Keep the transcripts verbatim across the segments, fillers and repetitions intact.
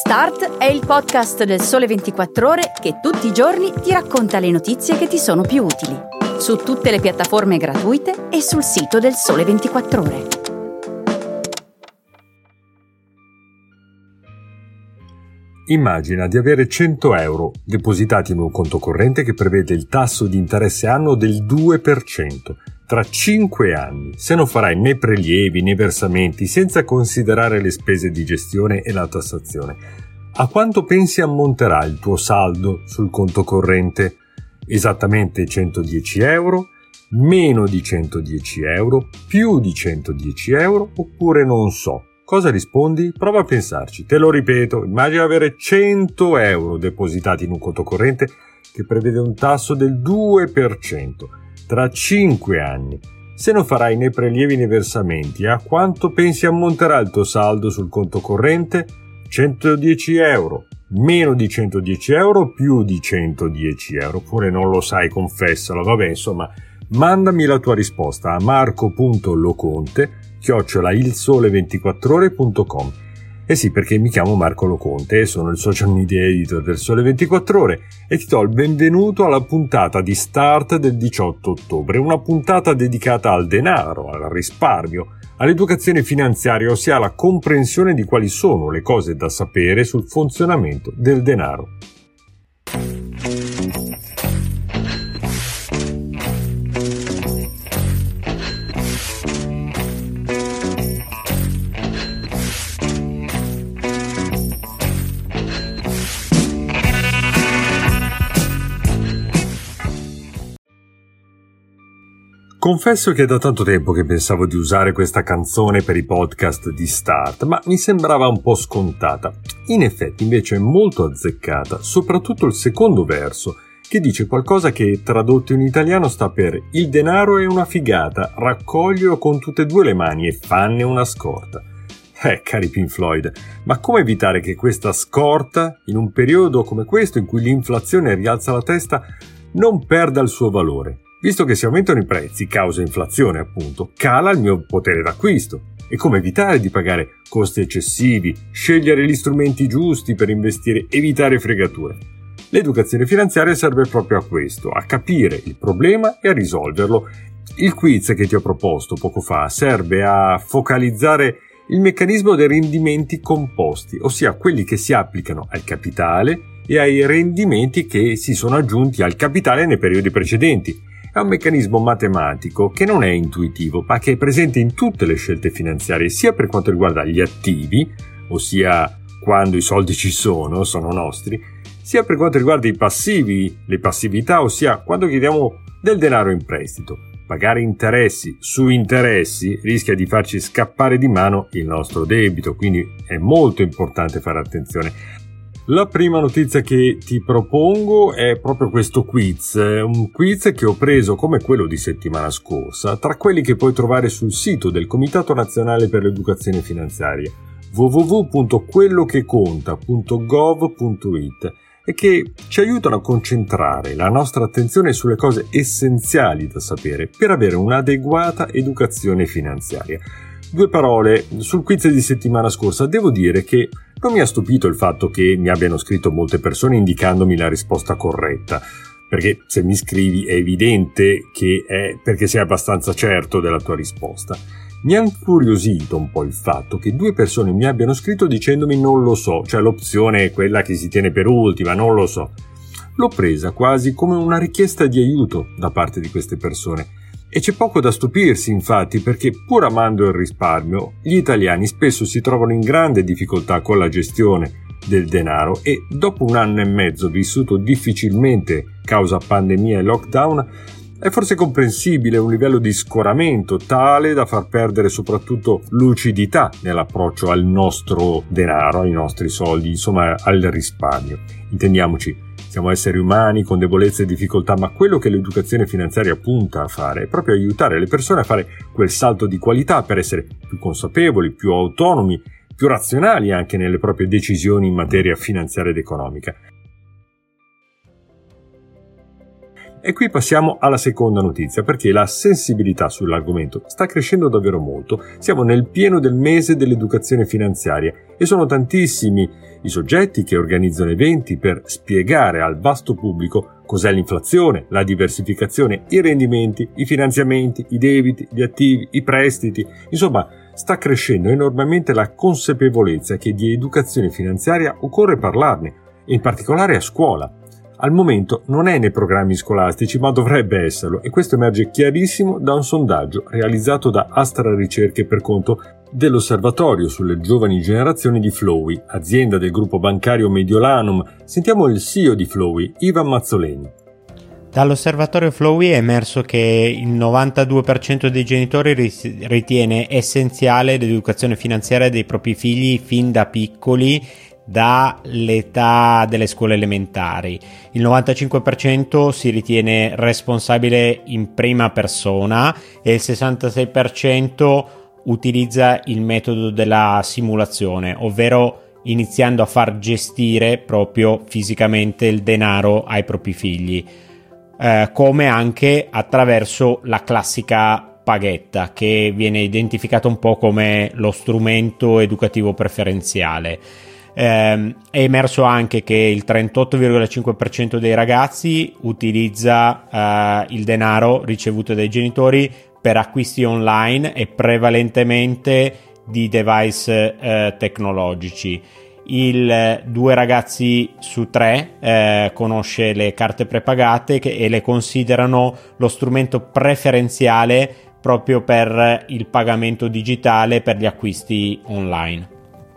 Start è il podcast del Sole ventiquattro Ore che tutti i giorni ti racconta le notizie che ti sono più utili. Su tutte le piattaforme gratuite e sul sito del Sole ventiquattro Ore. Immagina di avere cento euro depositati in un conto corrente che prevede il tasso di interesse annuo del due per cento. Tra cinque anni, se non farai né prelievi né versamenti, senza considerare le spese di gestione e la tassazione, a quanto pensi ammonterà il tuo saldo sul conto corrente? Esattamente centodieci euro, meno di centodieci euro, più di centodieci euro, oppure non so? Cosa rispondi? Prova a pensarci. Te lo ripeto, immagina avere cento euro depositati in un conto corrente che prevede un tasso del due per cento. Tra cinque anni, se non farai né prelievi né versamenti, a quanto pensi ammonterà il tuo saldo sul conto corrente? centodieci euro, meno di centodieci euro, più di centodieci euro, oppure non lo sai, confessalo, vabbè, insomma, mandami la tua risposta a marco punto loconte chiocciola il sole ventiquattro ore punto com. Eh sì, perché mi chiamo Marco Loconte e sono il social media editor del Sole ventiquattro Ore e ti do il benvenuto alla puntata di Start del diciotto ottobre, una puntata dedicata al denaro, al risparmio, all'educazione finanziaria, ossia alla comprensione di quali sono le cose da sapere sul funzionamento del denaro. Confesso che è da tanto tempo che pensavo di usare questa canzone per i podcast di Start, ma mi sembrava un po' scontata. In effetti invece è molto azzeccata, soprattutto il secondo verso, che dice qualcosa che tradotto in italiano sta per «Il denaro è una figata, raccoglio con tutte e due le mani e fanne una scorta». Eh, cari Pink Floyd, ma come evitare che questa scorta, in un periodo come questo in cui l'inflazione rialza la testa, non perda il suo valore? Visto che se aumentano i prezzi, causa inflazione appunto, cala il mio potere d'acquisto. E come evitare di pagare costi eccessivi, scegliere gli strumenti giusti per investire, evitare fregature? L'educazione finanziaria serve proprio a questo, a capire il problema e a risolverlo. Il quiz che ti ho proposto poco fa serve a focalizzare il meccanismo dei rendimenti composti, ossia quelli che si applicano al capitale e ai rendimenti che si sono aggiunti al capitale nei periodi precedenti. È un meccanismo matematico che non è intuitivo, ma che è presente in tutte le scelte finanziarie, sia per quanto riguarda gli attivi, ossia quando i soldi ci sono, sono nostri, sia per quanto riguarda i passivi, le passività, ossia quando chiediamo del denaro in prestito. Pagare interessi su interessi rischia di farci scappare di mano il nostro debito, quindi è molto importante fare attenzione. La prima notizia che ti propongo è proprio questo quiz, un quiz che ho preso come quello di settimana scorsa, tra quelli che puoi trovare sul sito del Comitato Nazionale per l'Educazione Finanziaria, w w w punto quello che conta punto gov punto it, e che ci aiutano a concentrare la nostra attenzione sulle cose essenziali da sapere per avere un'adeguata educazione finanziaria. Due parole sul quiz di settimana scorsa. Devo dire che non mi ha stupito il fatto che mi abbiano scritto molte persone indicandomi la risposta corretta, perché se mi scrivi è evidente che è perché sei abbastanza certo della tua risposta. Mi ha incuriosito un po' il fatto che due persone mi abbiano scritto dicendomi non lo so, cioè l'opzione è quella che si tiene per ultima, non lo so. L'ho presa quasi come una richiesta di aiuto da parte di queste persone. E c'è poco da stupirsi, infatti, perché pur amando il risparmio, gli italiani spesso si trovano in grande difficoltà con la gestione del denaro e dopo un anno e mezzo vissuto difficilmente causa pandemia e lockdown, è forse comprensibile un livello di scoramento tale da far perdere soprattutto lucidità nell'approccio al nostro denaro, ai nostri soldi, insomma al risparmio. Intendiamoci, siamo esseri umani con debolezze e difficoltà, ma quello che l'educazione finanziaria punta a fare è proprio aiutare le persone a fare quel salto di qualità per essere più consapevoli, più autonomi, più razionali anche nelle proprie decisioni in materia finanziaria ed economica. E qui passiamo alla seconda notizia, perché la sensibilità sull'argomento sta crescendo davvero molto. Siamo nel pieno del mese dell'educazione finanziaria e sono tantissimi i soggetti che organizzano eventi per spiegare al vasto pubblico cos'è l'inflazione, la diversificazione, i rendimenti, i finanziamenti, i debiti, gli attivi, i prestiti. Insomma, sta crescendo enormemente la consapevolezza che di educazione finanziaria occorre parlarne, e in particolare a scuola. Al momento non è nei programmi scolastici, ma dovrebbe esserlo, e questo emerge chiarissimo da un sondaggio realizzato da Astra Ricerche per conto dell'Osservatorio sulle giovani generazioni di Flowey, azienda del gruppo bancario Mediolanum. Sentiamo il C E O di Flowey, Ivan Mazzoleni. Dall'osservatorio Flowey è emerso che il novantadue per cento dei genitori ritiene essenziale l'educazione finanziaria dei propri figli fin da piccoli, dall'età delle scuole elementari. Il novantacinque per cento si ritiene responsabile in prima persona e il sessantasei per cento utilizza il metodo della simulazione, ovvero iniziando a far gestire proprio fisicamente il denaro ai propri figli, eh, come anche attraverso la classica paghetta, che viene identificata un po' come lo strumento educativo preferenziale. Eh, è emerso anche che il trentotto virgola cinque per cento dei ragazzi utilizza eh, il denaro ricevuto dai genitori per acquisti online e prevalentemente di device eh, tecnologici. Il eh, due ragazzi su tre eh, conosce le carte prepagate che, e le considerano lo strumento preferenziale proprio per il pagamento digitale per gli acquisti online.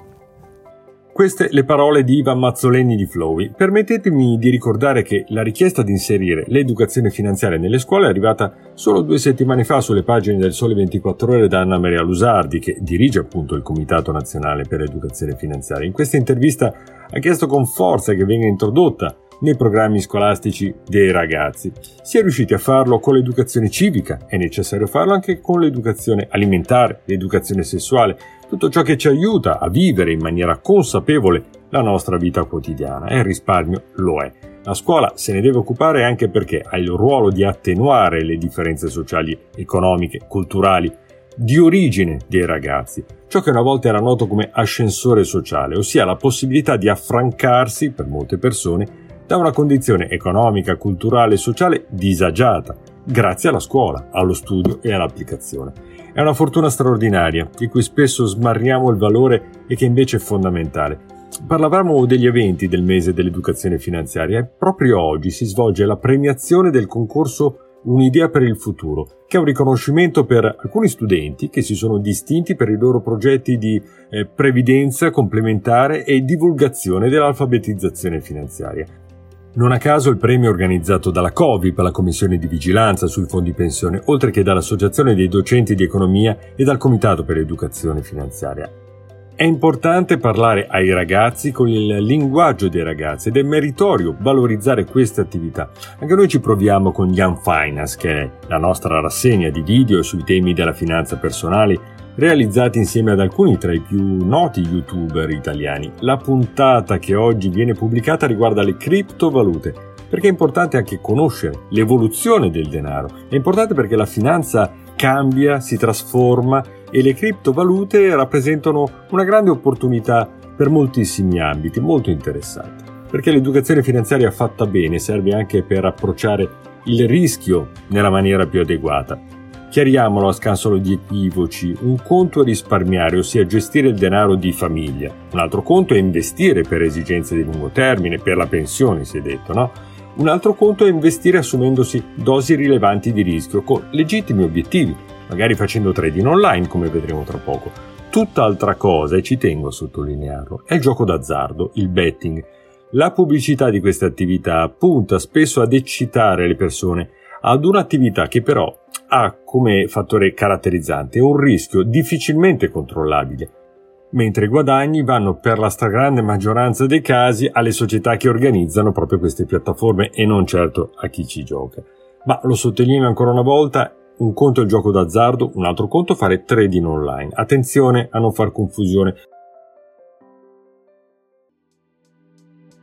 Queste le parole di Ivan Mazzoleni di Flowey. Permettetemi di ricordare che la richiesta di inserire l'educazione finanziaria nelle scuole è arrivata solo due settimane fa sulle pagine del Sole ventiquattro Ore da Anna Maria Lusardi, che dirige appunto il Comitato Nazionale per l'Educazione Finanziaria. In questa intervista ha chiesto con forza che venga introdotta nei programmi scolastici dei ragazzi. Si è riusciti a farlo con l'educazione civica, è necessario farlo anche con l'educazione alimentare, l'educazione sessuale, tutto ciò che ci aiuta a vivere in maniera consapevole la nostra vita quotidiana, e il risparmio lo è. La scuola se ne deve occupare anche perché ha il ruolo di attenuare le differenze sociali, economiche, culturali, di origine dei ragazzi, ciò che una volta era noto come ascensore sociale, ossia la possibilità di affrancarsi per molte persone da una condizione economica, culturale e sociale disagiata, grazie alla scuola, allo studio e all'applicazione. È una fortuna straordinaria, di cui spesso smarriamo il valore e che invece è fondamentale. Parlavamo degli eventi del mese dell'educazione finanziaria e proprio oggi si svolge la premiazione del concorso Un'idea per il futuro, che è un riconoscimento per alcuni studenti che si sono distinti per i loro progetti di eh, previdenza complementare e divulgazione dell'alfabetizzazione finanziaria. Non a caso il premio è organizzato dalla COVIP, la Commissione di Vigilanza sui Fondi Pensione, oltre che dall'Associazione dei Docenti di Economia e dal Comitato per l'Educazione Finanziaria. È importante parlare ai ragazzi con il linguaggio dei ragazzi ed è meritorio valorizzare queste attività. Anche noi ci proviamo con Young Finance, che è la nostra rassegna di video sui temi della finanza personale, realizzati insieme ad alcuni tra i più noti youtuber italiani. La puntata che oggi viene pubblicata riguarda le criptovalute, perché è importante anche conoscere l'evoluzione del denaro. È importante perché la finanza cambia, si trasforma e le criptovalute rappresentano una grande opportunità per moltissimi ambiti molto interessanti. Perché l'educazione finanziaria fatta bene serve anche per approcciare il rischio nella maniera più adeguata. Chiariamolo a scansolo di equivoci: un conto è risparmiare, ossia gestire il denaro di famiglia. Un altro conto è investire per esigenze di lungo termine, per la pensione si è detto, no? Un altro conto è investire assumendosi dosi rilevanti di rischio con legittimi obiettivi, magari facendo trading online come vedremo tra poco. Tutt'altra cosa, e ci tengo a sottolinearlo, è il gioco d'azzardo, il betting. La pubblicità di queste attività punta spesso ad eccitare le persone ad un'attività che però ha come fattore caratterizzante un rischio difficilmente controllabile, mentre i guadagni vanno per la stragrande maggioranza dei casi alle società che organizzano proprio queste piattaforme e non certo a chi ci gioca. Ma lo sottolineo ancora una volta: un conto è il gioco d'azzardo, un altro conto fare trading online. Attenzione a non far confusione.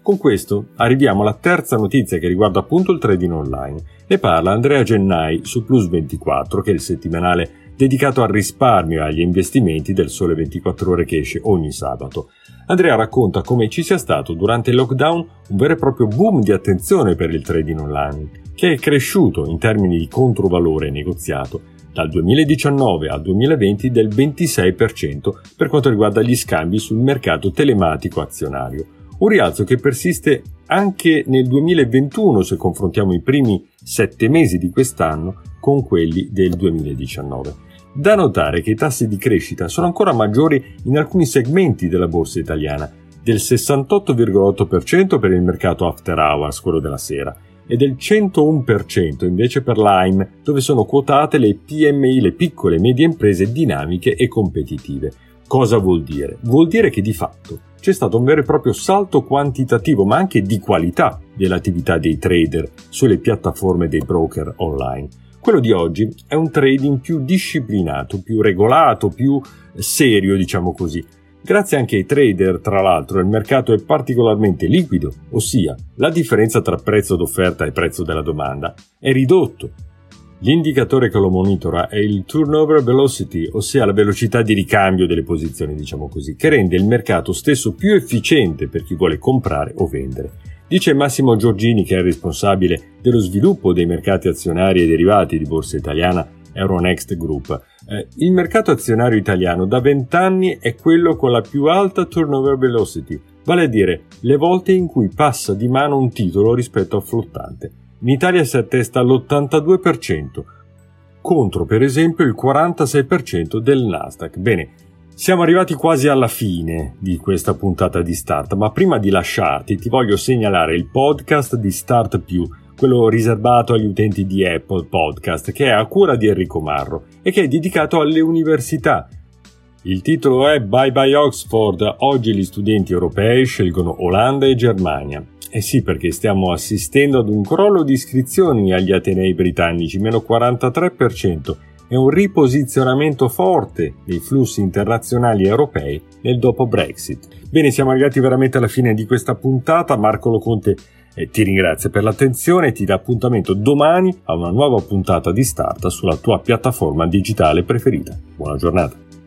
Con questo arriviamo alla terza notizia che riguarda appunto il trading online. Ne parla Andrea Gennai su Plus ventiquattro, che è il settimanale dedicato al risparmio e agli investimenti del Sole ventiquattro Ore che esce ogni sabato. Andrea racconta come ci sia stato durante il lockdown un vero e proprio boom di attenzione per il trading online, che è cresciuto in termini di controvalore negoziato dal duemiladiciannove al duemilaventi del ventisei per cento per quanto riguarda gli scambi sul mercato telematico azionario. Un rialzo che persiste anche nel duemilaventuno se confrontiamo i primi sette mesi di quest'anno con quelli del duemiladiciannove. Da notare che i tassi di crescita sono ancora maggiori in alcuni segmenti della borsa italiana, del sessantotto virgola otto per cento per il mercato after hours, quello della sera, e del centouno per cento invece per l'A I M, dove sono quotate le P M I, le piccole e medie imprese dinamiche e competitive. Cosa vuol dire? Vuol dire che di fatto c'è stato un vero e proprio salto quantitativo, ma anche di qualità dell'attività dei trader sulle piattaforme dei broker online. Quello di oggi è un trading più disciplinato, più regolato, più serio, diciamo così. Grazie anche ai trader, tra l'altro, il mercato è particolarmente liquido, ossia la differenza tra prezzo d'offerta e prezzo della domanda è ridotto. L'indicatore che lo monitora è il turnover velocity, ossia la velocità di ricambio delle posizioni, diciamo così, che rende il mercato stesso più efficiente per chi vuole comprare o vendere. Dice Massimo Giorgini, che è il responsabile dello sviluppo dei mercati azionari e derivati di Borsa Italiana Euronext Group. Eh, il mercato azionario italiano da vent'anni è quello con la più alta turnover velocity, vale a dire le volte in cui passa di mano un titolo rispetto al flottante. In Italia si attesta all'ottantadue per cento, contro per esempio il quarantasei per cento del Nasdaq. Bene, siamo arrivati quasi alla fine di questa puntata di Start, ma prima di lasciarti ti voglio segnalare il podcast di Start Più, quello riservato agli utenti di Apple Podcast, che è a cura di Enrico Marro e che è dedicato alle università. Il titolo è Bye Bye Oxford, oggi gli studenti europei scelgono Olanda e Germania. Eh sì, perché stiamo assistendo ad un crollo di iscrizioni agli atenei britannici, meno quarantatré per cento, e un riposizionamento forte dei flussi internazionali europei nel dopo Brexit. Bene, siamo arrivati veramente alla fine di questa puntata. Marco Loconte eh, ti ringrazia per l'attenzione e ti dà appuntamento domani a una nuova puntata di Start sulla tua piattaforma digitale preferita. Buona giornata.